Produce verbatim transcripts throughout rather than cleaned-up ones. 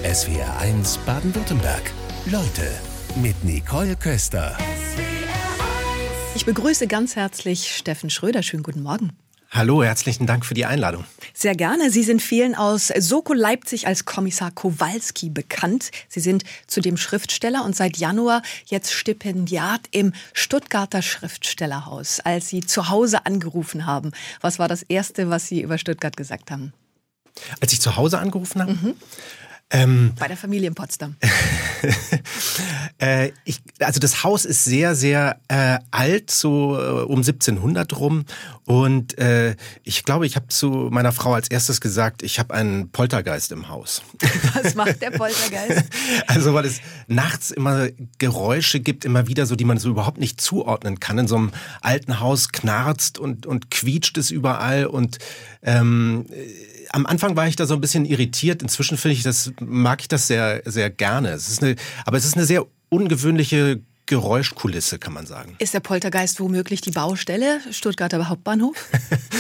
S W R eins Baden-Württemberg. Leute mit Nicole Köster. Ich begrüße ganz herzlich Steffen Schröder. Schönen guten Morgen. Hallo, herzlichen Dank für die Einladung. Sehr gerne. Sie sind vielen aus Soko Leipzig als Kommissar Kowalski bekannt. Sie sind zudem Schriftsteller und seit Januar jetzt Stipendiat im Stuttgarter Schriftstellerhaus. Als Sie zu Hause angerufen haben, was war das Erste, was Sie über Stuttgart gesagt haben? Als ich zu Hause angerufen habe? Mhm. Ähm, Bei der Familie in Potsdam. äh, ich, also das Haus ist sehr, sehr äh, alt, so äh, um siebzehnhundert rum. Und äh, ich glaube, ich habe zu meiner Frau als erstes gesagt, ich habe einen Poltergeist im Haus. Was macht der Poltergeist? Also weil es nachts immer Geräusche gibt, immer wieder so, die man so überhaupt nicht zuordnen kann. In so einem alten Haus knarzt und, und quietscht es überall und ähm, am Anfang war ich da so ein bisschen irritiert. Inzwischen finde ich das, mag ich das sehr, sehr gerne. Es ist eine, aber es ist eine sehr ungewöhnliche Geräuschkulisse, kann man sagen. Ist der Poltergeist womöglich die Baustelle, Stuttgarter Hauptbahnhof?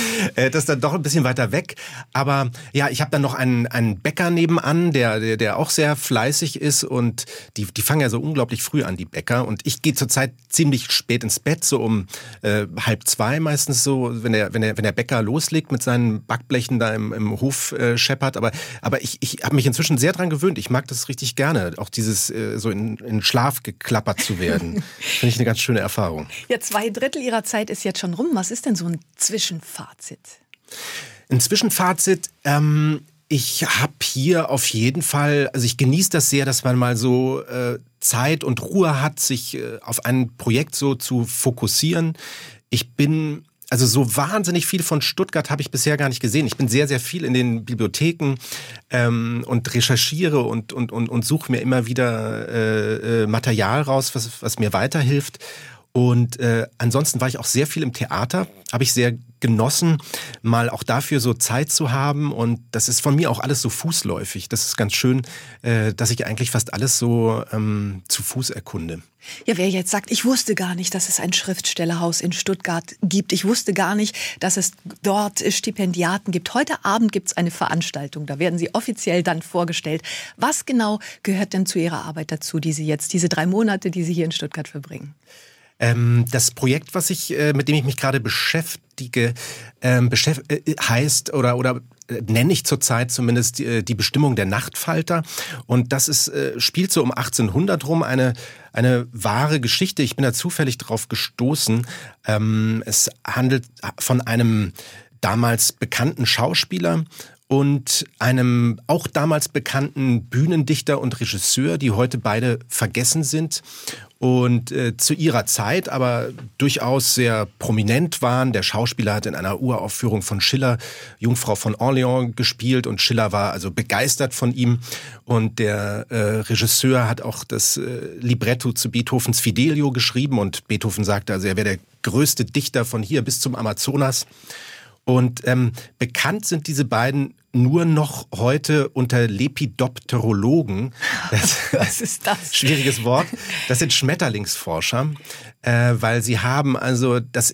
Das ist dann doch ein bisschen weiter weg. Aber ja, ich habe dann noch einen, einen Bäcker nebenan, der, der, der auch sehr fleißig ist. Und die, die fangen ja so unglaublich früh an, die Bäcker. Und ich gehe zurzeit ziemlich spät ins Bett, so um äh, halb zwei meistens so, wenn der, wenn der, wenn der Bäcker loslegt mit seinen Backblechen da im, im Hof äh, scheppert. Aber, aber ich, ich habe mich inzwischen sehr dran gewöhnt. Ich mag das richtig gerne, auch dieses äh, so in, in Schlaf geklappert zu werden. Finde ich eine ganz schöne Erfahrung. Ja, zwei Drittel Ihrer Zeit ist jetzt schon rum. Was ist denn so ein Zwischenfazit? Ein Zwischenfazit, ähm, ich habe hier auf jeden Fall, also ich genieße das sehr, dass man mal so äh, Zeit und Ruhe hat, sich äh, auf ein Projekt so zu fokussieren. Ich bin... Also so wahnsinnig viel von Stuttgart habe ich bisher gar nicht gesehen. Ich bin sehr, sehr viel in den Bibliotheken ähm, und recherchiere und und und und suche mir immer wieder äh, äh, Material raus, was was mir weiterhilft. Und äh, ansonsten war ich auch sehr viel im Theater, habe ich sehr genossen, mal auch dafür so Zeit zu haben. Und das ist von mir auch alles so fußläufig. Das ist ganz schön, äh, dass ich eigentlich fast alles so ähm, zu Fuß erkunde. Ja, wer jetzt sagt, ich wusste gar nicht, dass es ein Schriftstellerhaus in Stuttgart gibt. Ich wusste gar nicht, dass es dort Stipendiaten gibt. Heute Abend gibt es eine Veranstaltung. Da werden Sie offiziell dann vorgestellt. Was genau gehört denn zu Ihrer Arbeit dazu, die Sie jetzt, diese drei Monate, die Sie hier in Stuttgart verbringen? Ähm, das Projekt, was ich, äh, mit dem ich mich gerade beschäftige, ähm, beschäf- äh, heißt oder oder äh, nenne ich zurzeit zumindest die, die Bestimmung der Nachtfalter. Und das ist äh, spielt so um achtzehnhundert rum, eine eine wahre Geschichte. Ich bin da zufällig drauf gestoßen. Ähm, es handelt von einem damals bekannten Schauspieler und einem auch damals bekannten Bühnendichter und Regisseur, die heute beide vergessen sind und äh, zu ihrer Zeit aber durchaus sehr prominent waren. Der Schauspieler hat in einer Uraufführung von Schiller Jungfrau von Orleans gespielt und Schiller war also begeistert von ihm. Und der äh, Regisseur hat auch das äh, Libretto zu Beethovens Fidelio geschrieben und Beethoven sagte, also er wäre der größte Dichter von hier bis zum Amazonas. Und ähm, bekannt sind diese beiden nur noch heute unter Lepidopterologen. Das, Was ist das? Schwieriges Wort. Das sind Schmetterlingsforscher, äh, weil sie haben also das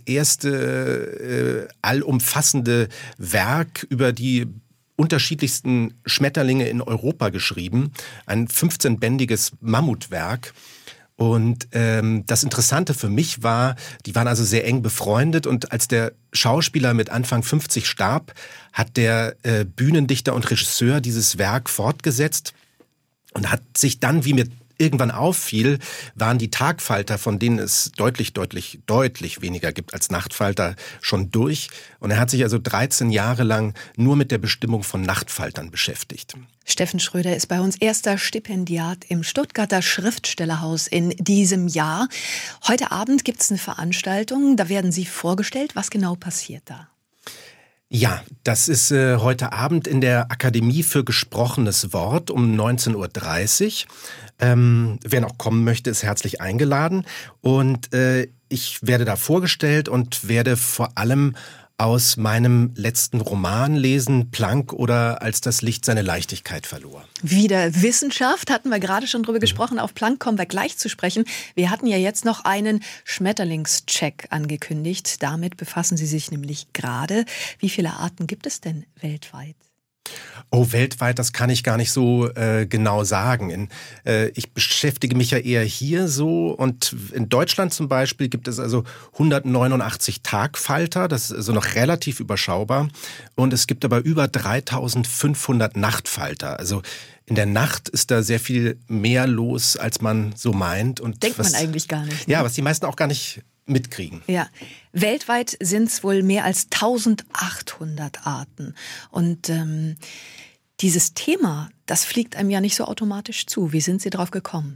erste äh, allumfassende Werk über die unterschiedlichsten Schmetterlinge in Europa geschrieben. Ein fünfzehnbändiges Mammutwerk. Und ähm, das Interessante für mich war, die waren also sehr eng befreundet und als der Schauspieler mit Anfang fünfzig starb, hat der äh, Bühnendichter und Regisseur dieses Werk fortgesetzt und hat sich dann, wie mir irgendwann auffiel, waren die Tagfalter, von denen es deutlich, deutlich, deutlich weniger gibt als Nachtfalter, schon durch. Und er hat sich also dreizehn Jahre lang nur mit der Bestimmung von Nachtfaltern beschäftigt. Steffen Schröder ist bei uns erster Stipendiat im Stuttgarter Schriftstellerhaus in diesem Jahr. Heute Abend gibt es eine Veranstaltung, da werden Sie vorgestellt. Was genau passiert da? Ja, das ist äh, heute Abend in der Akademie für gesprochenes Wort um neunzehn Uhr dreißig. Ähm, wer noch kommen möchte, ist herzlich eingeladen. Und äh, ich werde da vorgestellt und werde vor allem aus meinem letzten Roman lesen, Planck oder Als das Licht seine Leichtigkeit verlor. Wieder Wissenschaft, hatten wir gerade schon drüber gesprochen. Auf Planck kommen wir gleich zu sprechen. Wir hatten ja jetzt noch einen Schmetterlingscheck angekündigt. Damit befassen Sie sich nämlich gerade. Wie viele Arten gibt es denn weltweit? Oh, weltweit, das kann ich gar nicht so äh, genau sagen. In, äh, ich beschäftige mich ja eher hier so und in Deutschland zum Beispiel gibt es also hundertneunundachtzig Tagfalter, das ist also noch relativ überschaubar und es gibt aber über dreitausendfünfhundert Nachtfalter. Also in der Nacht ist da sehr viel mehr los, als man so meint. Und Denkt was, man eigentlich gar nicht. Ne? Ja, was die meisten auch gar nicht mitkriegen. Ja, weltweit sind es wohl mehr als eintausendachthundert Arten. Und ähm, dieses Thema, das fliegt einem ja nicht so automatisch zu. Wie sind Sie drauf gekommen?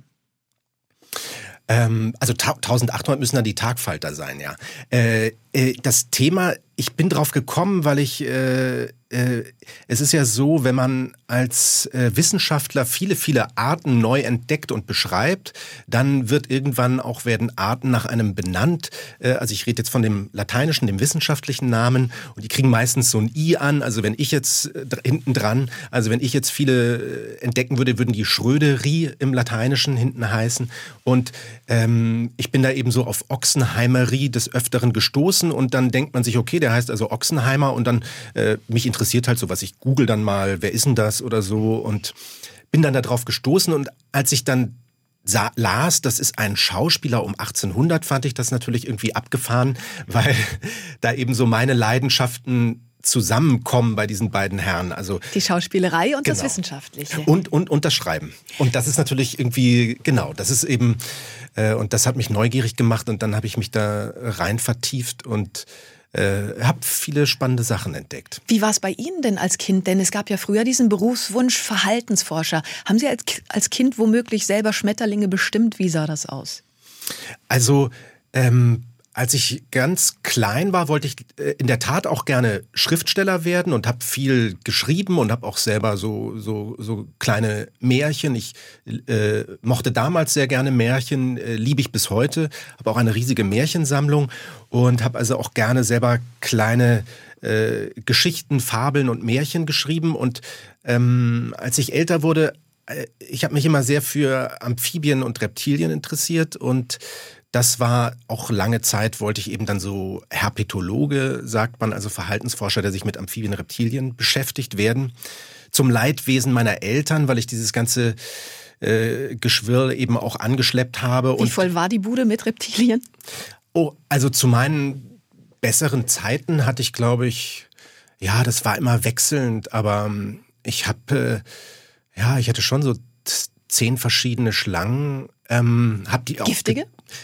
Ähm, also eintausendachthundert müssen dann die Tagfalter sein, ja. Äh, äh, das Thema, ich bin drauf gekommen, weil ich, äh, äh, es ist ja so, wenn man als äh, Wissenschaftler viele, viele Arten neu entdeckt und beschreibt, dann wird irgendwann auch werden Arten nach einem benannt. Äh, also ich rede jetzt von dem lateinischen, dem wissenschaftlichen Namen und die kriegen meistens so ein I an. Also wenn ich jetzt äh, hinten dran, also wenn ich jetzt viele äh, entdecken würde, würden die Schröderi im Lateinischen hinten heißen. Und ähm, ich bin da eben so auf Ochsenheimerie des Öfteren gestoßen und dann denkt man sich, okay, der heißt also Ochsenheimer und dann äh, mich interessiert halt so was. Ich google dann mal, wer ist denn das oder so und bin dann da drauf gestoßen und als ich dann sah, las, das ist ein Schauspieler um achtzehnhundert, fand ich das natürlich irgendwie abgefahren, weil da eben so meine Leidenschaften zusammenkommen bei diesen beiden Herren. Also die Schauspielerei und genau. das Wissenschaftliche. Und, und, und das Schreiben. Und das ist natürlich irgendwie, genau, das ist eben, äh, und das hat mich neugierig gemacht und dann habe ich mich da rein vertieft und äh, habe viele spannende Sachen entdeckt. Wie war es bei Ihnen denn als Kind? Denn es gab ja früher diesen Berufswunsch Verhaltensforscher. Haben Sie als, als Kind womöglich selber Schmetterlinge bestimmt? Wie sah das aus? Also, ähm, als ich ganz klein war, wollte ich in der Tat auch gerne Schriftsteller werden und habe viel geschrieben und habe auch selber so so so kleine Märchen. Ich äh, mochte damals sehr gerne Märchen, äh, liebe ich bis heute. Habe auch eine riesige Märchensammlung und habe also auch gerne selber kleine äh, Geschichten, Fabeln und Märchen geschrieben. Und ähm, als ich älter wurde, äh, ich habe mich immer sehr für Amphibien und Reptilien interessiert und das war auch lange Zeit, wollte ich eben dann so Herpetologe, sagt man, also Verhaltensforscher, der sich mit Amphibien, Reptilien beschäftigt werden. Zum Leidwesen meiner Eltern, weil ich dieses ganze äh, Geschwirr eben auch angeschleppt habe. Wie und voll war die Bude mit Reptilien? Oh, also zu meinen besseren Zeiten hatte ich, glaube ich, ja, das war immer wechselnd, aber ich habe, äh, ja, ich hatte schon so zehn verschiedene Schlangen. Ähm, hab die auch Giftige?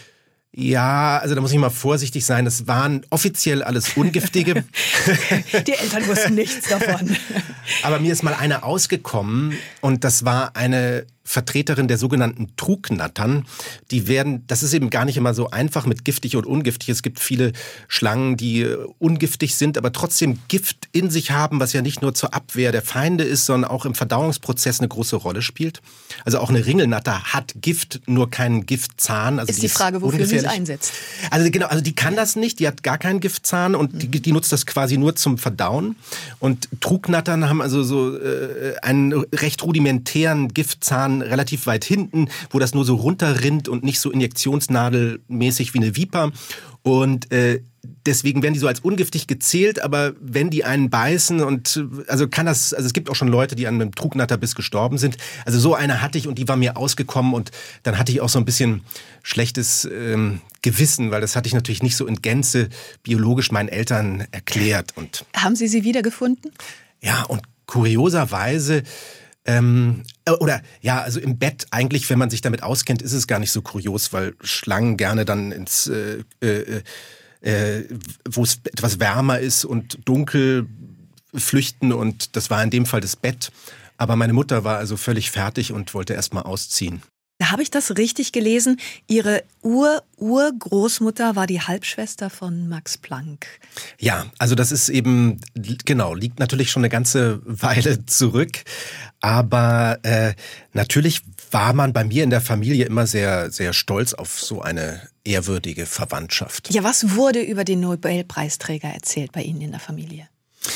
Ja, also da muss ich mal vorsichtig sein. Das waren offiziell alles Ungiftige. Die Eltern wussten nichts davon. Aber mir ist mal eine ausgekommen und das war eine Vertreterin der sogenannten Trugnattern. Die werden, das ist eben gar nicht immer so einfach mit giftig und ungiftig. Es gibt viele Schlangen, die ungiftig sind, aber trotzdem Gift in sich haben, was ja nicht nur zur Abwehr der Feinde ist, sondern auch im Verdauungsprozess eine große Rolle spielt. Also auch eine Ringelnatter hat Gift, nur keinen Giftzahn. Also ist die, die Frage, wofür sie es einsetzt. Also genau, also die kann das nicht, die hat gar keinen Giftzahn und die, die nutzt das quasi nur zum Verdauen. Und Trugnattern haben also so äh, einen recht rudimentären Giftzahn relativ weit hinten, wo das nur so runterrinnt und nicht so injektionsnadelmäßig wie eine Viper. Und äh, deswegen werden die so als ungiftig gezählt, aber wenn die einen beißen und also kann das, also es gibt auch schon Leute, die an einem Trugnatterbiss gestorben sind. Also so eine hatte ich und die war mir ausgekommen und dann hatte ich auch so ein bisschen schlechtes ähm, Gewissen, weil das hatte ich natürlich nicht so in Gänze biologisch meinen Eltern erklärt. Und haben Sie sie wiedergefunden? Ja, und kurioserweise Ähm, oder ja, also im Bett eigentlich, wenn man sich damit auskennt, ist es gar nicht so kurios, weil Schlangen gerne dann ins, äh, äh, äh, wo es etwas wärmer ist und dunkel flüchten und das war in dem Fall das Bett. Aber meine Mutter war also völlig fertig und wollte erst mal ausziehen. Da habe ich das richtig gelesen. Ihre Ur-Urgroßmutter war die Halbschwester von Max Planck. Ja, also das ist eben, genau, liegt natürlich schon eine ganze Weile zurück. Aber äh, natürlich war man bei mir in der Familie immer sehr, sehr stolz auf so eine ehrwürdige Verwandtschaft. Ja, was wurde über den Nobelpreisträger erzählt bei Ihnen in der Familie?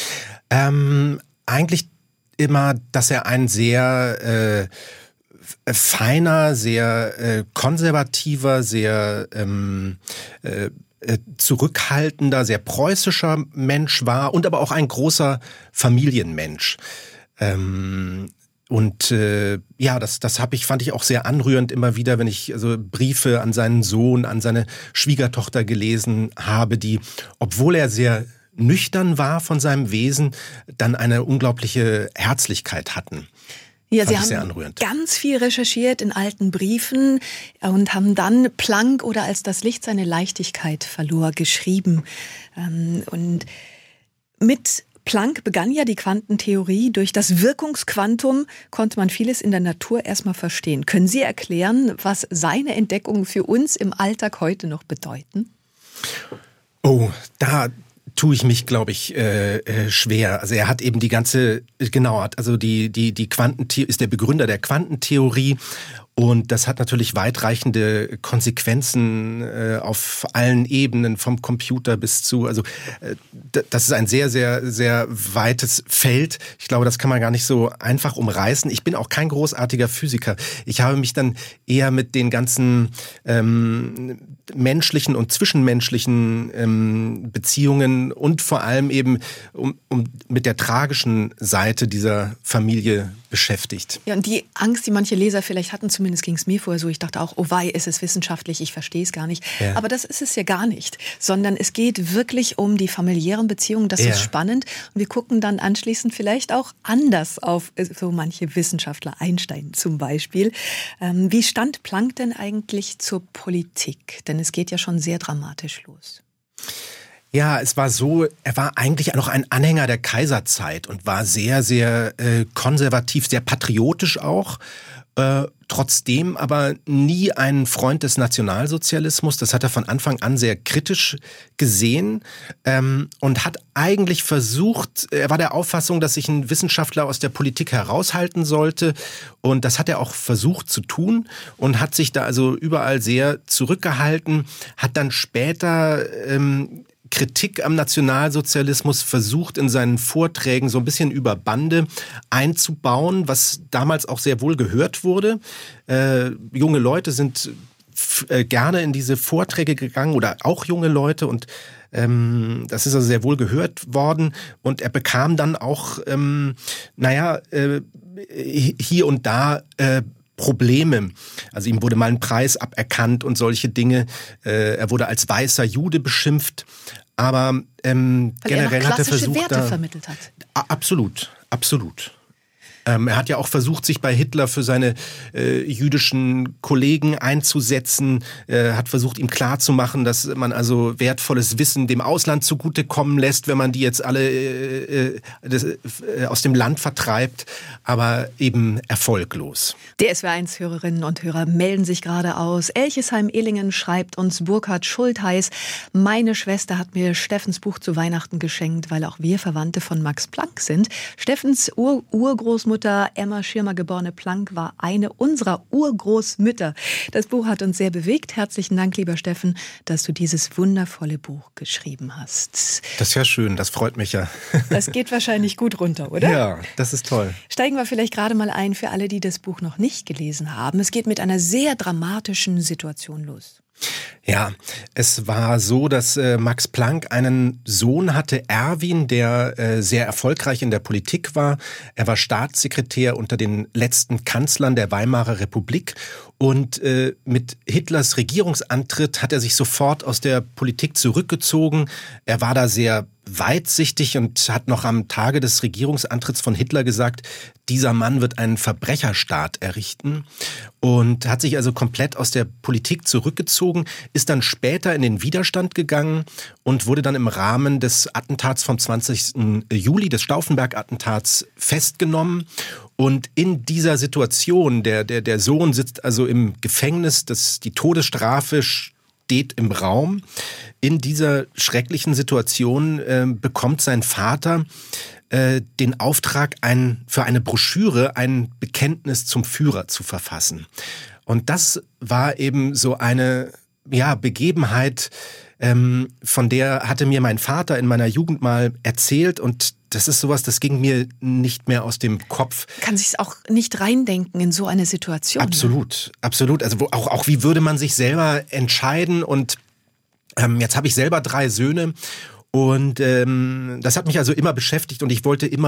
Ähm, eigentlich immer, dass er ein sehr äh, feiner, sehr äh, konservativer, sehr ähm, äh, zurückhaltender, sehr preußischer Mensch war und aber auch ein großer Familienmensch. Ähm, Und äh, ja, das, das hab ich, fand ich auch sehr anrührend immer wieder, wenn ich also Briefe an seinen Sohn, an seine Schwiegertochter gelesen habe, die, obwohl er sehr nüchtern war von seinem Wesen, dann eine unglaubliche Herzlichkeit hatten. Ja, Fand Sie ich haben ganz viel recherchiert in alten Briefen und haben dann Planck oder als das Licht seine Leichtigkeit verlor geschrieben. Und mit Planck begann ja die Quantentheorie. Durch das Wirkungsquantum konnte man vieles in der Natur erstmal verstehen. Können Sie erklären, was seine Entdeckungen für uns im Alltag heute noch bedeuten? Oh, da tue ich mich, glaube ich, äh, äh, schwer. Also er hat eben die ganze, genau, hat also die die die Quantentheorie, ist der Begründer der Quantentheorie. Und das hat natürlich weitreichende Konsequenzen äh, auf allen Ebenen, vom Computer bis zu, also äh, das ist ein sehr, sehr, sehr weites Feld. Ich glaube, das kann man gar nicht so einfach umreißen. Ich bin auch kein großartiger Physiker. Ich habe mich dann eher mit den ganzen ähm, menschlichen und zwischenmenschlichen ähm, Beziehungen und vor allem eben um, um mit der tragischen Seite dieser Familie beschäftigt. Ja, und die Angst, die manche Leser vielleicht hatten, zumindest ging es mir vorher so, ich dachte auch, oh wei, ist es wissenschaftlich, ich verstehe es gar nicht. Ja. Aber das ist es ja gar nicht, sondern es geht wirklich um die familiären Beziehungen, das ja. ist spannend. Und wir gucken dann anschließend vielleicht auch anders auf so manche Wissenschaftler, Einstein zum Beispiel. Ähm, wie stand Planck denn eigentlich zur Politik? Denn es geht ja schon sehr dramatisch los. Ja, es war so, er war eigentlich noch ein Anhänger der Kaiserzeit und war sehr, sehr äh, konservativ, sehr patriotisch auch. Äh, trotzdem aber nie ein Freund des Nationalsozialismus. Das hat er von Anfang an sehr kritisch gesehen ähm, und hat eigentlich versucht, er war der Auffassung, dass sich ein Wissenschaftler aus der Politik heraushalten sollte. Und das hat er auch versucht zu tun und hat sich da also überall sehr zurückgehalten, hat dann später ähm, Kritik am Nationalsozialismus versucht in seinen Vorträgen so ein bisschen über Bande einzubauen, was damals auch sehr wohl gehört wurde. Äh, junge Leute sind f- äh, gerne in diese Vorträge gegangen oder auch junge Leute und ähm, das ist also sehr wohl gehört worden und er bekam dann auch, ähm, naja, äh, hier und da äh, Probleme. Also ihm wurde mal ein Preis aberkannt und solche Dinge. Äh, er wurde als weißer Jude beschimpft. Aber ähm, generell hat er versucht, Werte da, vermittelt hat. Absolut, absolut. Ähm, er hat ja auch versucht, sich bei Hitler für seine äh, jüdischen Kollegen einzusetzen, äh, hat versucht, ihm klarzumachen, dass man also wertvolles Wissen dem Ausland zugutekommen lässt, wenn man die jetzt alle äh, das, äh, aus dem Land vertreibt, aber eben erfolglos. Die S W R eins Hörerinnen und Hörer melden sich gerade aus. Elchesheim-Ehlingen schreibt uns Burkhard Schultheiß, meine Schwester hat mir Steffens Buch zu Weihnachten geschenkt, weil auch wir Verwandte von Max Planck sind. Steffens Ur- Urgroßmutter Emma Schirmer geborene Planck war eine unserer Urgroßmütter. Das Buch hat uns sehr bewegt. Herzlichen Dank, lieber Steffen, dass du dieses wundervolle Buch geschrieben hast. Das ist ja schön, das freut mich ja. Das geht wahrscheinlich gut runter, oder? Ja, das ist toll. Steigen wir vielleicht gerade mal ein für alle, die das Buch noch nicht gelesen haben. Es geht mit einer sehr dramatischen Situation los. Ja, es war so, dass äh, Max Planck einen Sohn hatte, Erwin, der äh, sehr erfolgreich in der Politik war. Er war Staatssekretär unter den letzten Kanzlern der Weimarer Republik und äh, mit Hitlers Regierungsantritt hat er sich sofort aus der Politik zurückgezogen. Er war da sehr weitsichtig und hat noch am Tage des Regierungsantritts von Hitler gesagt, dieser Mann wird einen Verbrecherstaat errichten und hat sich also komplett aus der Politik zurückgezogen, ist dann später in den Widerstand gegangen und wurde dann im Rahmen des Attentats vom zwanzigsten Juli, des Stauffenberg-Attentats, festgenommen. Und in dieser Situation, der, der, der Sohn sitzt also im Gefängnis, das, die Todesstrafe steht im Raum. In dieser schrecklichen Situation äh, bekommt sein Vater äh, den Auftrag, ein, für eine Broschüre ein Bekenntnis zum Führer zu verfassen. Und das war eben so eine ja, Begebenheit, ähm, von der hatte mir mein Vater in meiner Jugend mal erzählt und das ist sowas, das ging mir nicht mehr aus dem Kopf. Kann sich auch nicht reindenken in so eine Situation. Absolut, ne? absolut. Also wo, auch, auch wie würde man sich selber entscheiden und ähm, jetzt habe ich selber drei Söhne und ähm, das hat mich also immer beschäftigt und ich wollte immer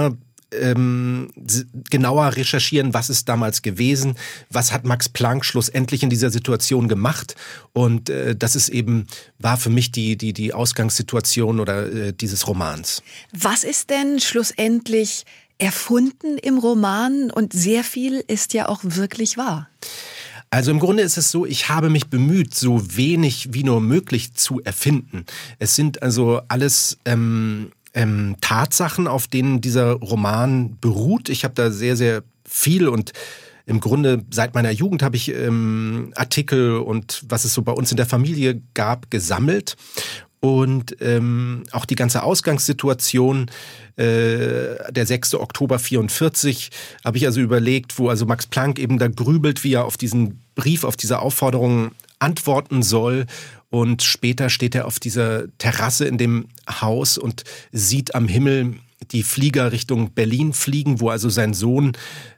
ähm, genauer recherchieren, was ist damals gewesen, was hat Max Planck schlussendlich in dieser Situation gemacht. Und äh, das ist eben, war für mich die, die, die Ausgangssituation oder äh, dieses Romans. Was ist denn schlussendlich erfunden im Roman? Und sehr viel ist ja auch wirklich wahr. Also im Grunde ist es so, ich habe mich bemüht, so wenig wie nur möglich zu erfinden. Es sind also alles ähm, ähm, Tatsachen, auf denen dieser Roman beruht. Ich habe da sehr, sehr viel und im Grunde seit meiner Jugend habe ich ähm, Artikel und was es so bei uns in der Familie gab, gesammelt. Und ähm, auch die ganze Ausgangssituation, äh, der sechster Oktober vierundvierzig, habe ich also überlegt, wo also Max Planck eben da grübelt, wie er auf diesen Brief, auf diese Aufforderung antworten soll. Und später steht er auf dieser Terrasse in dem Haus und sieht am Himmel die Flieger Richtung Berlin fliegen, wo also sein Sohn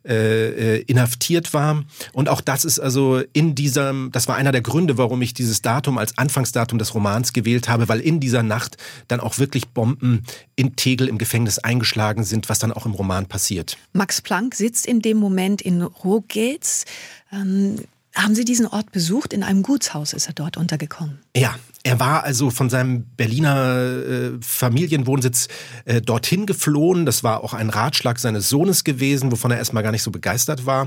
äh, inhaftiert war. Und auch das ist also in diesem, das war einer der Gründe, warum ich dieses Datum als Anfangsdatum des Romans gewählt habe, weil in dieser Nacht dann auch wirklich Bomben in Tegel im Gefängnis eingeschlagen sind, was dann auch im Roman passiert. Max Planck sitzt in dem Moment in Rogez. Ähm Haben Sie diesen Ort besucht? In einem Gutshaus ist er dort untergekommen. Ja, er war also von seinem Berliner äh, Familienwohnsitz äh, dorthin geflohen. Das war auch ein Ratschlag seines Sohnes gewesen, wovon er erstmal gar nicht so begeistert war.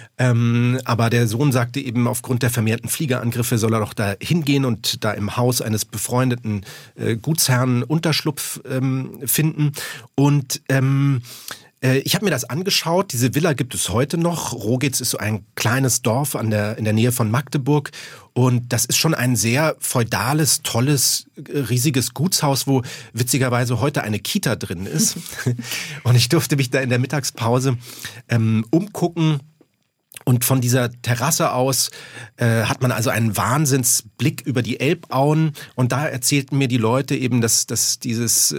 Ähm, aber der Sohn sagte eben, aufgrund der vermehrten Fliegerangriffe soll er doch da hingehen und da im Haus eines befreundeten äh, Gutsherrn Unterschlupf ähm, finden. Und ähm, ich habe mir das angeschaut, diese Villa gibt es heute noch. Rogez ist so ein kleines Dorf an der, in der Nähe von Magdeburg und das ist schon ein sehr feudales, tolles, riesiges Gutshaus, wo witzigerweise heute eine Kita drin ist. Und ich durfte mich da in der Mittagspause ähm, umgucken. Und von dieser Terrasse aus äh, hat man also einen Wahnsinnsblick über die Elbauen. Und da erzählten mir die Leute eben, dass, dass dieses,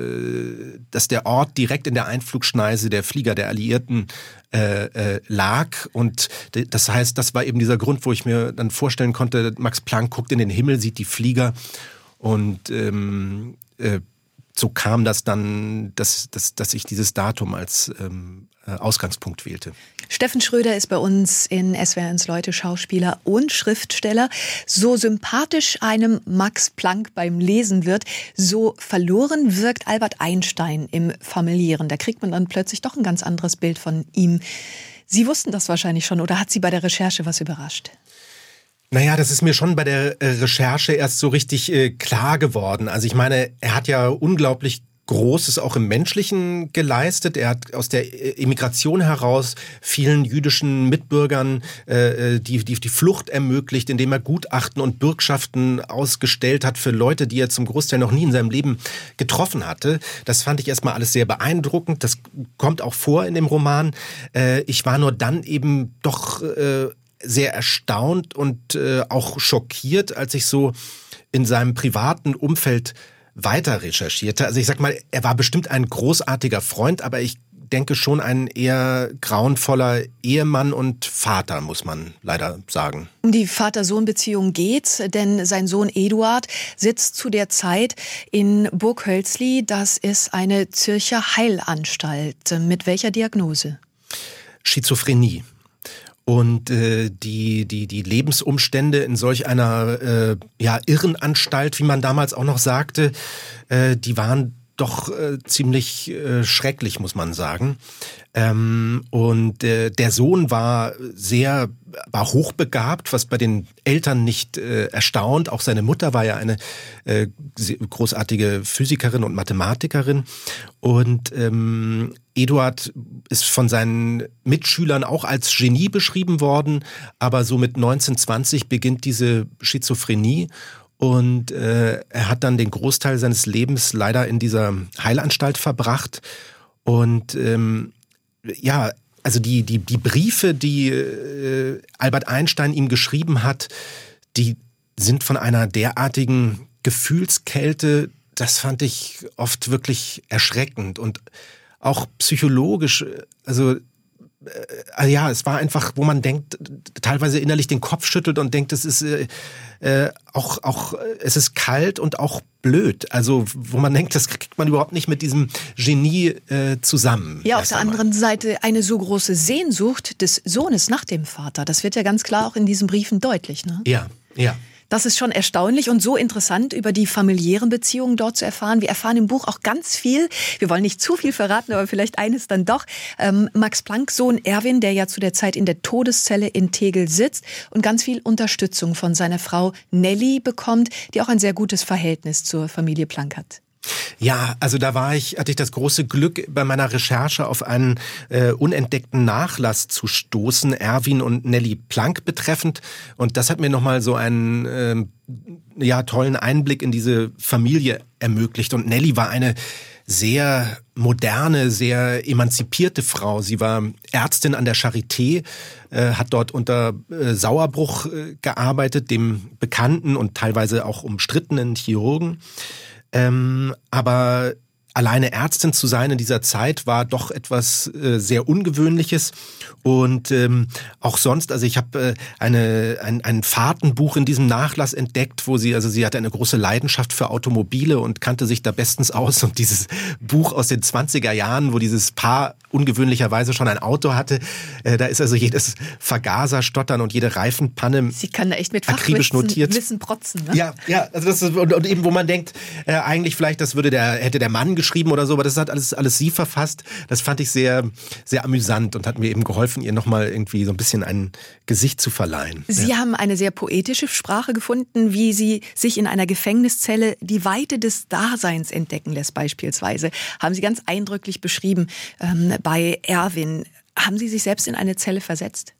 äh, dass der Ort direkt in der Einflugschneise der Flieger der Alliierten äh, äh, lag. Und das heißt, das war eben dieser Grund, wo ich mir dann vorstellen konnte, Max Planck guckt in den Himmel, sieht die Flieger und ähm, äh, so kam das dann, dass, dass, dass ich dieses Datum als ähm, Ausgangspunkt wählte. Steffen Schröder ist bei uns in S W R eins Leute Schauspieler und Schriftsteller. So sympathisch einem Max Planck beim Lesen wird, so verloren wirkt Albert Einstein im Familiären. Da kriegt man dann plötzlich doch ein ganz anderes Bild von ihm. Sie wussten das wahrscheinlich schon oder hat Sie bei der Recherche was überrascht? Naja, das ist mir schon bei der Recherche erst so richtig äh, klar geworden. Also ich meine, er hat ja unglaublich Großes auch im Menschlichen geleistet. Er hat aus der Emigration heraus vielen jüdischen Mitbürgern äh, die, die, die Flucht ermöglicht, indem er Gutachten und Bürgschaften ausgestellt hat für Leute, die er zum Großteil noch nie in seinem Leben getroffen hatte. Das fand ich erstmal alles sehr beeindruckend. Das kommt auch vor in dem Roman. Äh, ich war nur dann eben doch äh, sehr erstaunt und äh, auch schockiert, als ich so in seinem privaten Umfeld weiter recherchierte. Also ich sag mal, er war bestimmt ein großartiger Freund, aber ich denke schon ein eher grauenvoller Ehemann und Vater, muss man leider sagen. Um die Vater-Sohn-Beziehung geht's, denn sein Sohn Eduard sitzt zu der Zeit in Burghölzli. Das ist eine Zürcher Heilanstalt. Mit welcher Diagnose? Schizophrenie. Und äh, die die die Lebensumstände in solch einer äh, ja Irrenanstalt, wie man damals auch noch sagte, äh, die waren doch äh, ziemlich äh, schrecklich, muss man sagen. Ähm, und äh, der Sohn war sehr, war hochbegabt, was bei den Eltern nicht äh, erstaunt. Auch seine Mutter war ja eine äh, großartige Physikerin und Mathematikerin. Und ähm, Eduard ist von seinen Mitschülern auch als Genie beschrieben worden, aber so mit neunzehn, zwanzig beginnt diese Schizophrenie. Und äh, er hat dann den Großteil seines Lebens leider in dieser Heilanstalt verbracht. Und ähm, ja, also die die die Briefe, die äh, Albert Einstein ihm geschrieben hat, die sind von einer derartigen Gefühlskälte, das fand ich oft wirklich erschreckend und auch psychologisch. Also äh, ja, es war einfach, wo man denkt, teilweise innerlich den Kopf schüttelt und denkt, es ist äh, äh, auch, auch, es ist kalt und auch blöd. Also, wo man denkt, das kriegt man überhaupt nicht mit diesem Genie äh, zusammen. Ja, auf der einmal. anderen Seite eine so große Sehnsucht des Sohnes nach dem Vater. Das wird ja ganz klar auch in diesen Briefen deutlich, ne? Ja, ja. Das ist schon erstaunlich und so interessant, über die familiären Beziehungen dort zu erfahren. Wir erfahren im Buch auch ganz viel. Wir wollen nicht zu viel verraten, aber vielleicht eines dann doch. Ähm, Max Plancks Sohn Erwin, der ja zu der Zeit in der Todeszelle in Tegel sitzt und ganz viel Unterstützung von seiner Frau Nelly bekommt, die auch ein sehr gutes Verhältnis zur Familie Planck hat. Ja, also da war ich, hatte ich das große Glück, bei meiner Recherche auf einen äh, unentdeckten Nachlass zu stoßen, Erwin und Nelly Planck betreffend. Und das hat mir nochmal so einen äh, ja, tollen Einblick in diese Familie ermöglicht. Und Nelly war eine sehr moderne, sehr emanzipierte Frau. Sie war Ärztin an der Charité, äh, hat dort unter äh, Sauerbruch äh, gearbeitet, dem bekannten und teilweise auch umstrittenen Chirurgen. Ähm, aber alleine Ärztin zu sein in dieser Zeit war doch etwas äh, sehr Ungewöhnliches und ähm, auch sonst, also ich habe äh, eine ein, ein Fahrtenbuch in diesem Nachlass entdeckt, wo sie, also sie hatte eine große Leidenschaft für Automobile und kannte sich da bestens aus und dieses Buch aus den zwanziger Jahren, wo dieses Paar ungewöhnlicherweise schon ein Auto hatte, äh, da ist also jedes Vergaserstottern und jede Reifenpanne sie kann da echt mit akribisch notiert. Wissen protzen, ne? Ja, ja, also das ist, und, und eben wo man denkt, äh, eigentlich vielleicht, das würde der hätte der Mann geschrieben oder so, aber das hat alles alles sie verfasst. Das fand ich sehr sehr amüsant und hat mir eben geholfen, ihr nochmal irgendwie so ein bisschen ein Gesicht zu verleihen. Sie ja. haben eine sehr poetische Sprache gefunden, wie sie sich in einer Gefängniszelle die Weite des Daseins entdecken lässt beispielsweise. Haben Sie ganz eindrücklich beschrieben ähm, bei Erwin. Haben Sie sich selbst in eine Zelle versetzt?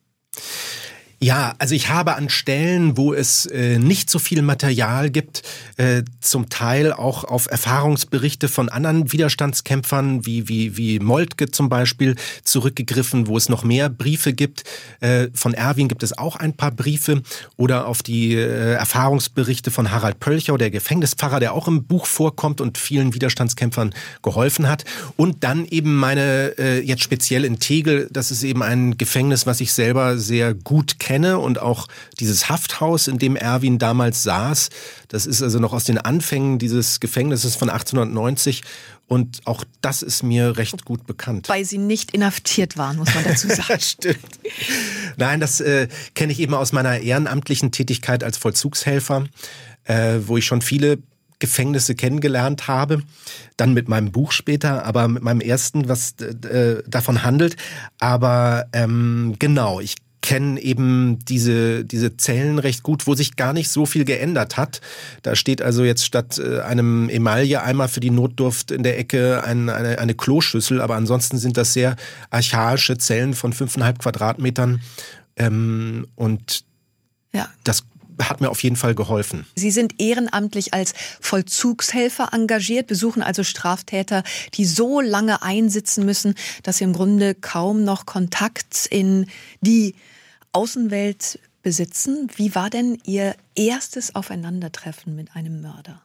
Ja, also ich habe an Stellen, wo es äh, nicht so viel Material gibt, äh, zum Teil auch auf Erfahrungsberichte von anderen Widerstandskämpfern, wie wie wie Moltke zum Beispiel, zurückgegriffen, wo es noch mehr Briefe gibt. Äh, von Erwin gibt es auch ein paar Briefe oder auf die äh, Erfahrungsberichte von Harald Pölchau, der Gefängnispfarrer, der auch im Buch vorkommt und vielen Widerstandskämpfern geholfen hat. Und dann eben meine, äh, jetzt speziell in Tegel, das ist eben ein Gefängnis, was ich selber sehr gut kenne. Und auch dieses Hafthaus, in dem Erwin damals saß, das ist also noch aus den Anfängen dieses Gefängnisses von achtzehnhundertneunzig und auch das ist mir recht gut bekannt. Weil Sie nicht inhaftiert waren, muss man dazu sagen. Stimmt. Nein, das äh, kenne ich eben aus meiner ehrenamtlichen Tätigkeit als Vollzugshelfer, äh, wo ich schon viele Gefängnisse kennengelernt habe, dann mit meinem Buch später, aber mit meinem ersten, was äh, davon handelt. Aber ähm, genau, ich kennen eben diese diese Zellen recht gut, wo sich gar nicht so viel geändert hat. Da steht also jetzt statt äh, einem Emailleeimer für die Notdurft in der Ecke ein, eine, eine Kloschüssel, aber ansonsten sind das sehr archaische Zellen von fünfeinhalb Quadratmetern ähm, und ja. Das hat mir auf jeden Fall geholfen. Sie sind ehrenamtlich als Vollzugshelfer engagiert, besuchen also Straftäter, die so lange einsitzen müssen, dass sie im Grunde kaum noch Kontakt in die Außenwelt besitzen. Wie war denn Ihr erstes Aufeinandertreffen mit einem Mörder?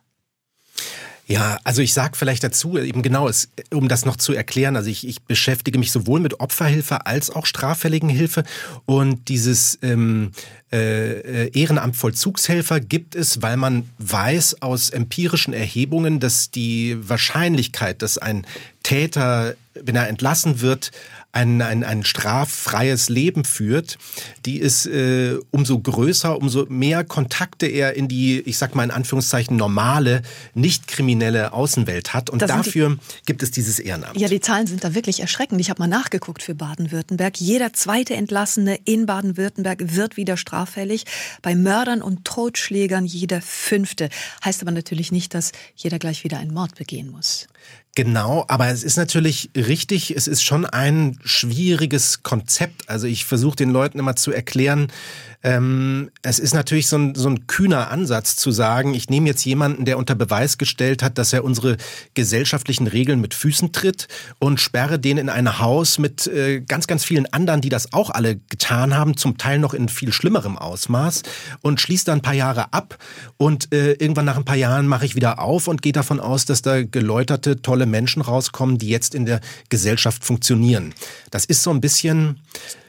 Ja, also ich sage vielleicht dazu, eben genau, es, um das noch zu erklären, also ich, ich beschäftige mich sowohl mit Opferhilfe als auch Straffälligenhilfe und dieses ähm, äh, Ehrenamt Vollzugshelfer gibt es, weil man weiß aus empirischen Erhebungen, dass die Wahrscheinlichkeit, dass ein Täter, wenn er entlassen wird, ein, ein, ein straffreies Leben führt, die ist äh, umso größer, umso mehr Kontakte er in die, ich sag mal in Anführungszeichen, normale, nicht kriminelle Außenwelt hat. Und dafür die, gibt es dieses Ehrenamt. Ja, die Zahlen sind da wirklich erschreckend. Ich habe mal nachgeguckt für Baden-Württemberg. Jeder zweite Entlassene in Baden-Württemberg wird wieder straffällig. Bei Mördern und Totschlägern jeder fünfte. Heißt aber natürlich nicht, dass jeder gleich wieder einen Mord begehen muss. Genau, aber es ist natürlich richtig, es ist schon ein schwieriges Konzept. Also ich versuche den Leuten immer zu erklären, ähm, es ist natürlich so ein, so ein kühner Ansatz zu sagen, ich nehme jetzt jemanden, der unter Beweis gestellt hat, dass er unsere gesellschaftlichen Regeln mit Füßen tritt und sperre den in ein Haus mit äh, ganz, ganz vielen anderen, die das auch alle getan haben, zum Teil noch in viel schlimmerem Ausmaß und schließe da ein paar Jahre ab und äh, irgendwann nach ein paar Jahren mache ich wieder auf und gehe davon aus, dass da geläuterte tolle, tolle Menschen rauskommen, die jetzt in der Gesellschaft funktionieren. Das ist so ein bisschen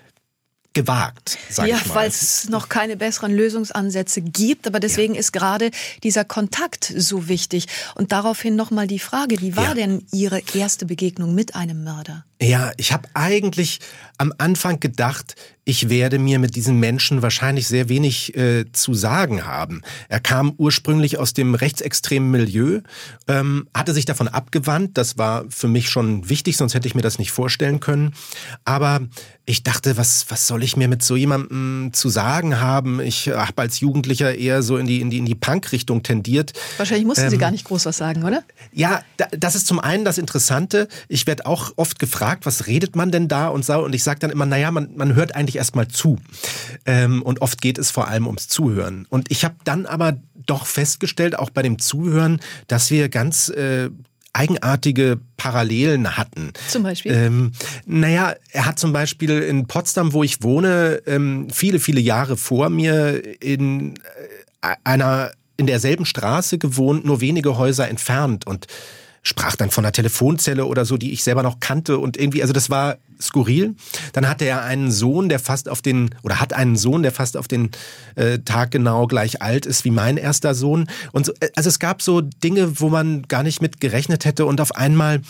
gewagt, sag ja, ich mal. Weil es noch keine besseren Lösungsansätze gibt, aber deswegen ja. ist gerade dieser Kontakt so wichtig. Und daraufhin nochmal die Frage, wie war ja. denn Ihre erste Begegnung mit einem Mörder? Ja, ich habe eigentlich am Anfang gedacht, ich werde mir mit diesen Menschen wahrscheinlich sehr wenig äh, zu sagen haben. Er kam ursprünglich aus dem rechtsextremen Milieu, ähm, hatte sich davon abgewandt. Das war für mich schon wichtig, sonst hätte ich mir das nicht vorstellen können. Aber ich dachte, was was soll ich mir mit so jemandem zu sagen haben? Ich habe als Jugendlicher eher so in die in die in die Punk-Richtung tendiert. Wahrscheinlich mussten ähm, Sie gar nicht groß was sagen, oder? Ja, das ist zum einen das Interessante. Ich werde auch oft gefragt, was redet man denn da und so, und ich sage dann immer, naja, man, man hört eigentlich erstmal zu. Ähm, und oft geht es vor allem ums Zuhören. Und ich habe dann aber doch festgestellt, auch bei dem Zuhören, dass wir ganz äh, eigenartige Parallelen hatten. Zum Beispiel? Ähm, naja, er hat zum Beispiel in Potsdam, wo ich wohne, ähm, viele, viele Jahre vor mir in äh, einer, in derselben Straße gewohnt, nur wenige Häuser entfernt, und sprach dann von einer Telefonzelle oder so, die ich selber noch kannte, und irgendwie, also das war skurril. Dann hatte er einen Sohn, der fast auf den, oder hat einen Sohn, der fast auf den äh, Tag genau gleich alt ist wie mein erster Sohn. Und so, also es gab so Dinge, wo man gar nicht mit gerechnet hätte, und auf einmal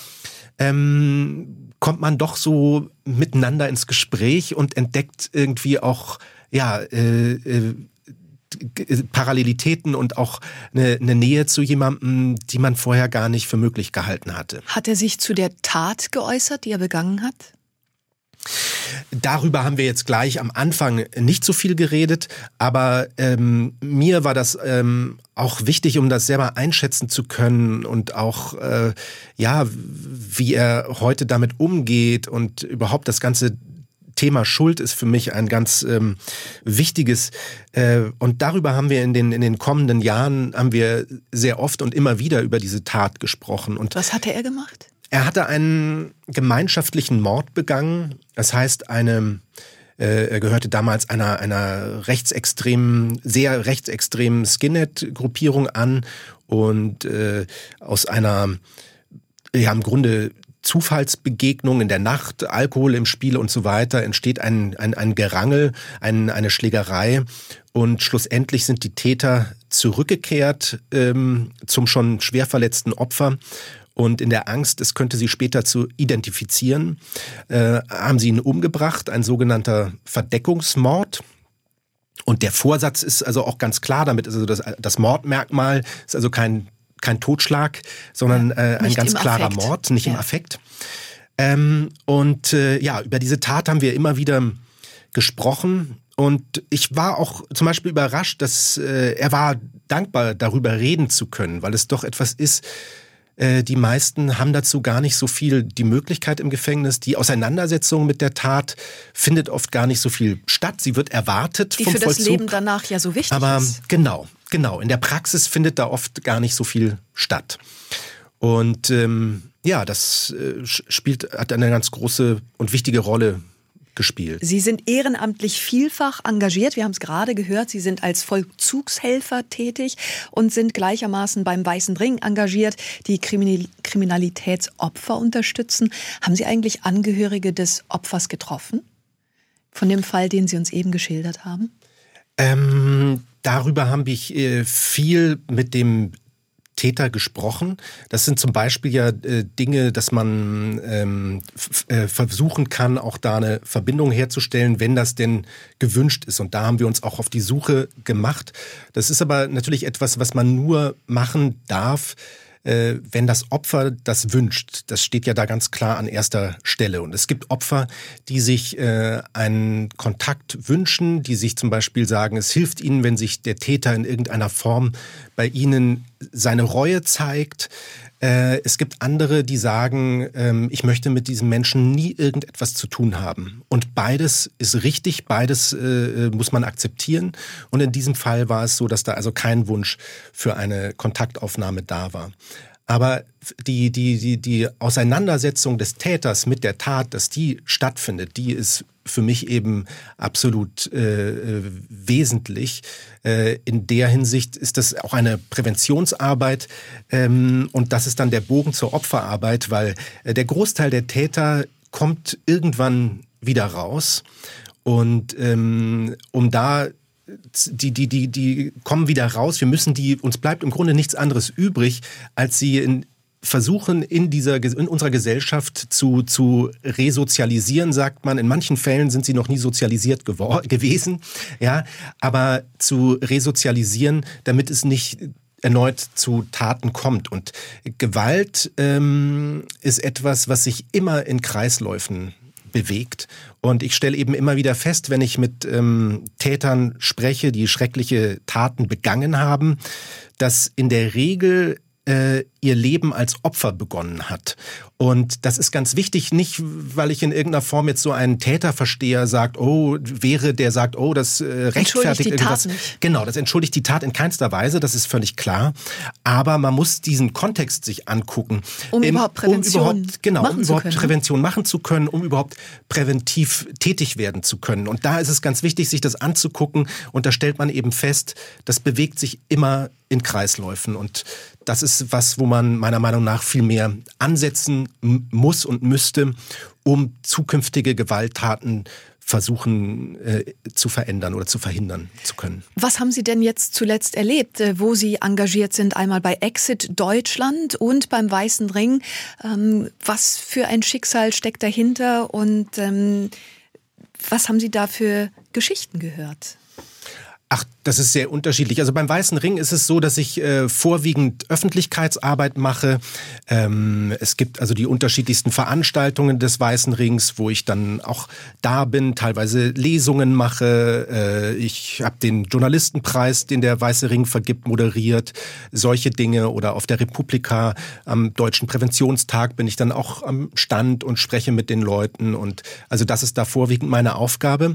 ähm, kommt man doch so miteinander ins Gespräch und entdeckt irgendwie auch, ja, äh, äh, Parallelitäten und auch eine, eine Nähe zu jemandem, die man vorher gar nicht für möglich gehalten hatte. Hat er sich zu der Tat geäußert, die er begangen hat? Darüber haben wir jetzt gleich am Anfang nicht so viel geredet, aber ähm, mir war das ähm, auch wichtig, um das selber einschätzen zu können, und auch äh, ja, wie er heute damit umgeht, und überhaupt das ganze Thema Schuld ist für mich ein ganz ähm, wichtiges, äh, und darüber haben wir in den in den kommenden Jahren haben wir sehr oft und immer wieder über diese Tat gesprochen. Und was hatte er gemacht? Er hatte einen gemeinschaftlichen Mord begangen. Das heißt, eine äh, er gehörte damals einer einer rechtsextremen, sehr rechtsextremen Skinhead-Gruppierung an, und äh, aus einer, ja, im Grunde Zufallsbegegnung in der Nacht, Alkohol im Spiel und so weiter, entsteht ein, ein, ein Gerangel, ein, eine Schlägerei, und schlussendlich sind die Täter zurückgekehrt ähm, zum schon schwer verletzten Opfer, und in der Angst, es könnte sie später zu identifizieren, äh, haben sie ihn umgebracht, ein sogenannter Verdeckungsmord. Und der Vorsatz ist also auch ganz klar, damit ist also das, das Mordmerkmal ist also kein kein Totschlag, sondern äh, ein ganz klarer Affekt. Mord, nicht ja. im Affekt. Ähm, und äh, ja, über diese Tat haben wir immer wieder gesprochen, und ich war auch zum Beispiel überrascht, dass äh, er war dankbar, darüber reden zu können, weil es doch etwas ist, äh, die meisten haben dazu gar nicht so viel die Möglichkeit im Gefängnis. Die Auseinandersetzung mit der Tat findet oft gar nicht so viel statt. Sie wird erwartet die vom für das Vollzug. Leben danach ja so wichtig Aber ist. genau. Genau, in der Praxis findet da oft gar nicht so viel statt. Und ähm, ja, das äh, spielt, hat eine ganz große und wichtige Rolle gespielt. Sie sind ehrenamtlich vielfach engagiert. Wir haben es gerade gehört. Sie sind als Vollzugshelfer tätig und sind gleichermaßen beim Weißen Ring engagiert, die Kriminal- Kriminalitätsopfer unterstützen. Haben Sie eigentlich Angehörige des Opfers getroffen? Von dem Fall, den Sie uns eben geschildert haben? Ähm, darüber habe ich äh, viel mit dem Täter gesprochen. Das sind zum Beispiel ja äh, Dinge, dass man ähm, f- äh, versuchen kann, auch da eine Verbindung herzustellen, wenn das denn gewünscht ist. Und da haben wir uns auch auf die Suche gemacht. Das ist aber natürlich etwas, was man nur machen darf, äh, wenn das Opfer das wünscht. Das steht ja da ganz klar an erster Stelle. Und es gibt Opfer, die sich äh, einen Kontakt wünschen, die sich zum Beispiel sagen, es hilft ihnen, wenn sich der Täter in irgendeiner Form bei ihnen seine Reue zeigt. Äh, es gibt andere, die sagen, ähm, ich möchte mit diesem Menschen nie irgendetwas zu tun haben. Und beides ist richtig, beides äh, muss man akzeptieren. Und in diesem Fall war es so, dass da also kein Wunsch für eine Kontaktaufnahme da war. Aber die, die, die, die Auseinandersetzung des Täters mit der Tat, dass die stattfindet, die ist für mich eben absolut äh, wesentlich. Äh, in der Hinsicht ist das auch eine Präventionsarbeit ähm, und das ist dann der Bogen zur Opferarbeit, weil äh, der Großteil der Täter kommt irgendwann wieder raus und ähm, um da Die, die, die, die kommen wieder raus. Wir müssen die, uns bleibt im Grunde nichts anderes übrig, als sie in, versuchen, in dieser, in unserer Gesellschaft zu, zu resozialisieren, sagt man. In manchen Fällen sind sie noch nie sozialisiert gewor- gewesen, ja, aber zu resozialisieren, damit es nicht erneut zu Taten kommt. Und Gewalt ähm, ist etwas, was sich immer in Kreisläufen bewegt. Und ich stelle eben immer wieder fest, wenn ich mit ähm, Tätern spreche, die schreckliche Taten begangen haben, dass in der Regel äh, ihr Leben als Opfer begonnen hat. Und das ist ganz wichtig, nicht weil ich in irgendeiner Form jetzt so einen Täterversteher sagt, oh, wäre, der sagt, oh, das äh, rechtfertigt irgendwas. Genau, das entschuldigt die Tat in keinster Weise, das ist völlig klar. Aber man muss diesen Kontext sich angucken. Um ähm, überhaupt Prävention um überhaupt, genau, machen um überhaupt zu können. Prävention machen zu können, um überhaupt präventiv tätig werden zu können. Und da ist es ganz wichtig, sich das anzugucken. Und da stellt man eben fest, das bewegt sich immer in Kreisläufen. Und das ist was, wo man meiner Meinung nach viel mehr ansetzen muss und müsste, um zukünftige Gewalttaten versuchen äh, zu verändern oder zu verhindern zu können. Was haben Sie denn jetzt zuletzt erlebt, wo Sie engagiert sind? Einmal bei Exit Deutschland und beim Weißen Ring. Ähm, was für ein Schicksal steckt dahinter und ähm, was haben Sie da für Geschichten gehört? Ach, das ist sehr unterschiedlich. Also beim Weißen Ring ist es so, dass ich äh, vorwiegend Öffentlichkeitsarbeit mache. Ähm, es gibt also die unterschiedlichsten Veranstaltungen des Weißen Rings, wo ich dann auch da bin, teilweise Lesungen mache. Äh, ich habe den Journalistenpreis, den der Weiße Ring vergibt, moderiert. Solche Dinge. Oder auf der Republika am Deutschen Präventionstag bin ich dann auch am Stand und spreche mit den Leuten. Und also das ist da vorwiegend meine Aufgabe.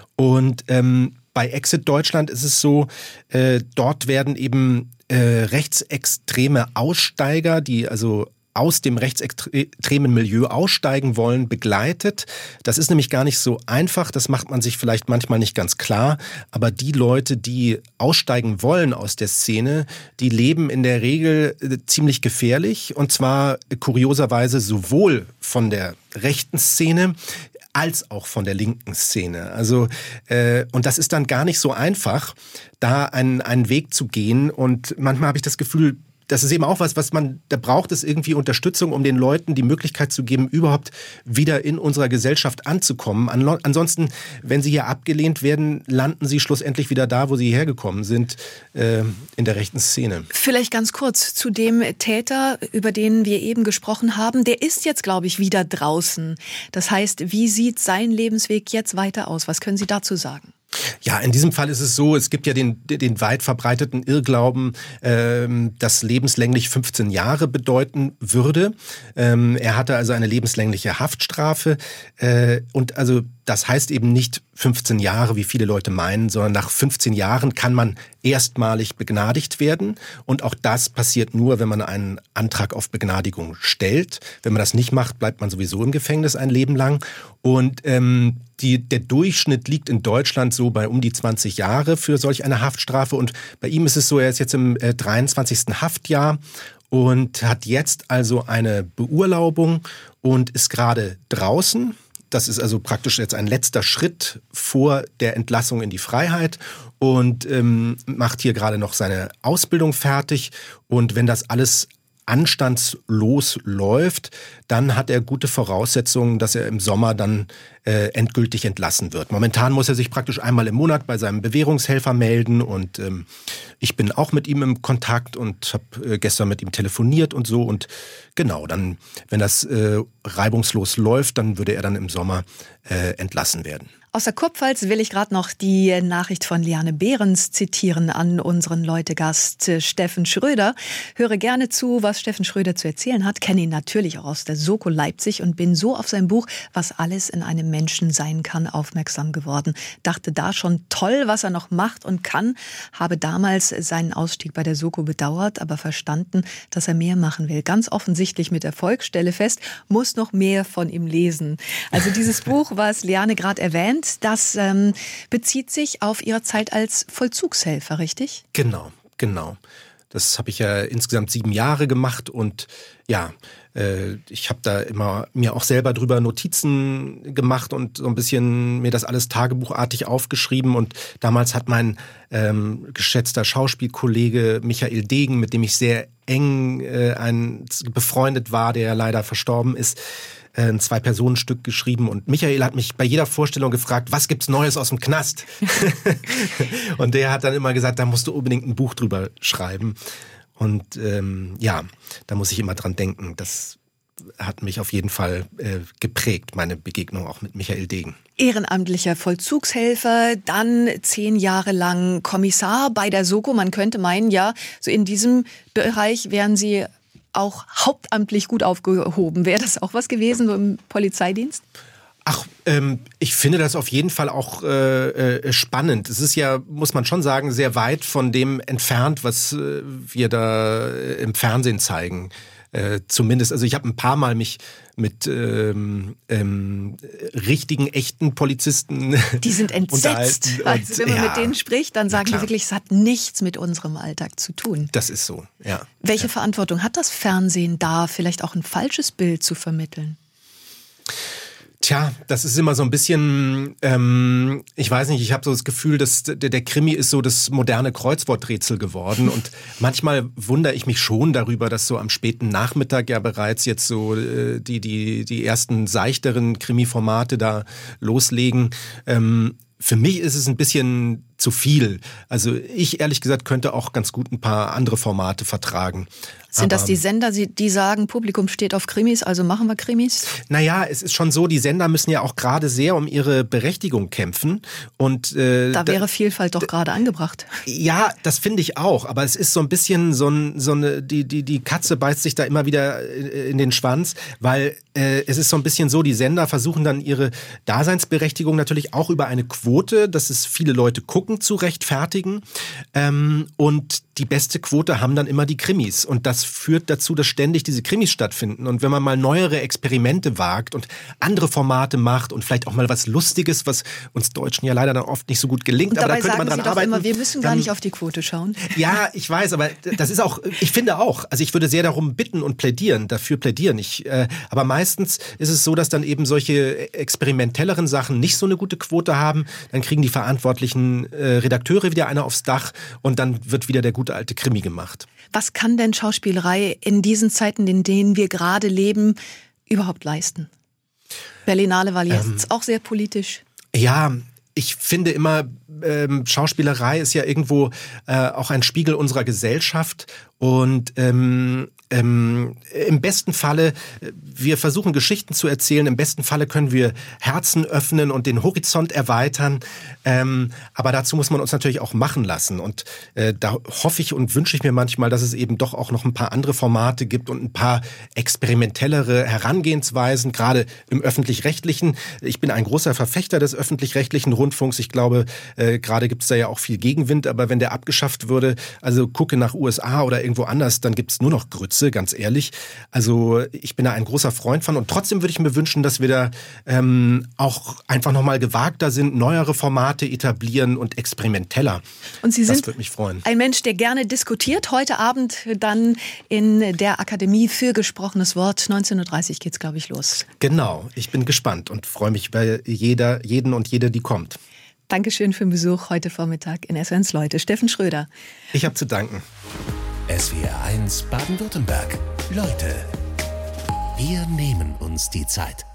Und ähm, bei Exit Deutschland ist es so, äh, dort werden eben äh, rechtsextreme Aussteiger, die also aus dem rechtsextremen Milieu aussteigen wollen, begleitet. Das ist nämlich gar nicht so einfach, das macht man sich vielleicht manchmal nicht ganz klar, aber die Leute, die aussteigen wollen aus der Szene, die leben in der Regel äh, ziemlich gefährlich und zwar äh, kurioserweise sowohl von der rechten Szene, als auch von der linken Szene. Also äh, und das ist dann gar nicht so einfach, da einen, einen Weg zu gehen. Und manchmal habe ich das Gefühl, das ist eben auch was, was man, da braucht es irgendwie Unterstützung, um den Leuten die Möglichkeit zu geben, überhaupt wieder in unserer Gesellschaft anzukommen. Ansonsten, wenn sie hier abgelehnt werden, landen sie schlussendlich wieder da, wo sie hergekommen sind, äh, in der rechten Szene. Vielleicht ganz kurz zu dem Täter, über den wir eben gesprochen haben. Der ist jetzt, glaube ich, wieder draußen. Das heißt, wie sieht sein Lebensweg jetzt weiter aus? Was können Sie dazu sagen? Ja, in diesem Fall ist es so, es gibt ja den, den weit verbreiteten Irrglauben, ähm, dass lebenslänglich fünfzehn Jahre bedeuten würde. Ähm, er hatte also eine lebenslängliche Haftstrafe äh, und also das heißt eben nicht fünfzehn Jahre, wie viele Leute meinen, sondern nach fünfzehn Jahren kann man erstmalig begnadigt werden. Und auch das passiert nur, wenn man einen Antrag auf Begnadigung stellt. Wenn man das nicht macht, bleibt man sowieso im Gefängnis ein Leben lang. Und ähm, die, der Durchschnitt liegt in Deutschland so bei um die zwanzig Jahre für solch eine Haftstrafe. Und bei ihm ist es so, er ist jetzt im äh, dreiundzwanzigsten Haftjahr und hat jetzt also eine Beurlaubung und ist gerade draußen. Das ist also praktisch jetzt ein letzter Schritt vor der Entlassung in die Freiheit und ähm, macht hier gerade noch seine Ausbildung fertig. Und wenn das alles anstandslos läuft, dann hat er gute Voraussetzungen, dass er im Sommer dann äh, endgültig entlassen wird. Momentan muss er sich praktisch einmal im Monat bei seinem Bewährungshelfer melden und ähm, ich bin auch mit ihm im Kontakt und habe äh, gestern mit ihm telefoniert und so und genau, dann, wenn das äh, reibungslos läuft, dann würde er dann im Sommer äh, entlassen werden. Aus der Kurpfalz will ich gerade noch die Nachricht von Liane Behrens zitieren an unseren Leutegast Steffen Schröder. Höre gerne zu, was Steffen Schröder zu erzählen hat. Kenne ihn natürlich auch aus der Soko Leipzig und bin so auf sein Buch "Was alles in einem Menschen sein kann" aufmerksam geworden. Dachte da schon toll, was er noch macht und kann. Habe damals seinen Ausstieg bei der Soko bedauert, aber verstanden, dass er mehr machen will. Ganz offensichtlich mit Erfolg, stelle fest, muss noch mehr von ihm lesen. Also dieses Buch, was Liane gerade erwähnt, das ähm, bezieht sich auf Ihre Zeit als Vollzugshelfer, richtig? Genau, genau. Das habe ich ja insgesamt sieben Jahre gemacht und ja, äh, ich habe da immer mir auch selber drüber Notizen gemacht und so ein bisschen mir das alles tagebuchartig aufgeschrieben. Und damals hat mein ähm, geschätzter Schauspielkollege Michael Degen, mit dem ich sehr eng äh, ein, befreundet war, der leider verstorben ist, ein Zwei-Personen-Stück geschrieben und Michael hat mich bei jeder Vorstellung gefragt, was gibt's Neues aus dem Knast? Und der hat dann immer gesagt, da musst du unbedingt ein Buch drüber schreiben. Und ähm, ja, da muss ich immer dran denken. Das hat mich auf jeden Fall äh, geprägt, meine Begegnung auch mit Michael Degen. Ehrenamtlicher Vollzugshelfer, dann zehn Jahre lang Kommissar bei der Soko. Man könnte meinen, ja, so in diesem Bereich wären Sie auch hauptamtlich gut aufgehoben. Wäre das auch was gewesen, so im Polizeidienst? Ach, ähm, ich finde das auf jeden Fall auch äh, äh, spannend. Es ist ja, muss man schon sagen, sehr weit von dem entfernt, was äh, wir da äh, im Fernsehen zeigen. Äh, zumindest, also ich habe ein paar Mal mich mit ähm, ähm, richtigen, echten Polizisten Die sind entsetzt. Also wenn man ja, mit denen spricht, dann sagen die wirklich, es hat nichts mit unserem Alltag zu tun. Das ist so, ja. Welche ja. Verantwortung hat das Fernsehen da, vielleicht auch ein falsches Bild zu vermitteln? Tja, das ist immer so ein bisschen, ähm, ich weiß nicht, ich habe so das Gefühl, dass der, der Krimi ist so das moderne Kreuzworträtsel geworden und manchmal wundere ich mich schon darüber, dass so am späten Nachmittag ja bereits jetzt so äh, die die die ersten seichteren Krimi-Formate da loslegen. Ähm, für mich ist es ein bisschen zu viel. Also ich ehrlich gesagt könnte auch ganz gut ein paar andere Formate vertragen. Sind das die Sender, die sagen, Publikum steht auf Krimis, also machen wir Krimis? Naja, es ist schon so, die Sender müssen ja auch gerade sehr um ihre Berechtigung kämpfen. Und äh, da wäre Vielfalt doch gerade angebracht. Ja, das finde ich auch. Aber es ist so ein bisschen so, ein, so eine, die, die, die Katze beißt sich da immer wieder in den Schwanz, weil äh, es ist so ein bisschen so, die Sender versuchen dann ihre Daseinsberechtigung natürlich auch über eine Quote, dass es viele Leute gucken, zu rechtfertigen. Ähm, und die beste Quote haben dann immer die Krimis. Und das führt dazu, dass ständig diese Krimis stattfinden. Und wenn man mal neuere Experimente wagt und andere Formate macht und vielleicht auch mal was Lustiges, was uns Deutschen ja leider dann oft nicht so gut gelingt, und aber dabei da könnte man sagen dran Sie arbeiten. Doch immer, wir müssen gar dann, nicht auf die Quote schauen. Ja, ich weiß, aber das ist auch, ich finde auch, also ich würde sehr darum bitten und plädieren, dafür plädieren. Ich, äh, aber meistens ist es so, dass dann eben solche experimentelleren Sachen nicht so eine gute Quote haben. Dann kriegen die verantwortlichen äh, Redakteure wieder eine aufs Dach und dann wird wieder der gute alte Krimi gemacht. Was kann denn Schauspielerei in diesen Zeiten, in denen wir gerade leben, überhaupt leisten? Berlinale war jetzt ähm, auch sehr politisch. Ja, ich finde immer, ähm, Schauspielerei ist ja irgendwo äh, auch ein Spiegel unserer Gesellschaft und ähm, ähm, im besten Falle, wir versuchen Geschichten zu erzählen, im besten Falle können wir Herzen öffnen und den Horizont erweitern, ähm, aber dazu muss man uns natürlich auch machen lassen und äh, da hoffe ich und wünsche ich mir manchmal, dass es eben doch auch noch ein paar andere Formate gibt und ein paar experimentellere Herangehensweisen, gerade im Öffentlich-Rechtlichen. Ich bin ein großer Verfechter des Öffentlich-Rechtlichen Rundfunks, ich glaube, äh, gerade gibt es da ja auch viel Gegenwind, aber wenn der abgeschafft würde, also gucke nach U S A oder irgendwo anders, dann gibt es nur noch Grütze, ganz ehrlich. Also ich bin da ein großer Freund von und trotzdem würde ich mir wünschen, dass wir da ähm, auch einfach nochmal gewagter sind, neuere Formate etablieren und experimenteller. Und Sie sind das würde mich freuen. Ein Mensch, der gerne diskutiert. Heute Abend dann in der Akademie für gesprochenes Wort. neunzehn Uhr dreißig geht's, glaube ich, los. Genau, ich bin gespannt und freue mich bei jeder, jeden und jede, die kommt. Dankeschön für den Besuch heute Vormittag in S W R eins Leute. Steffen Schröder. Ich habe zu danken. S W R eins Baden-Württemberg. Leute, wir nehmen uns die Zeit.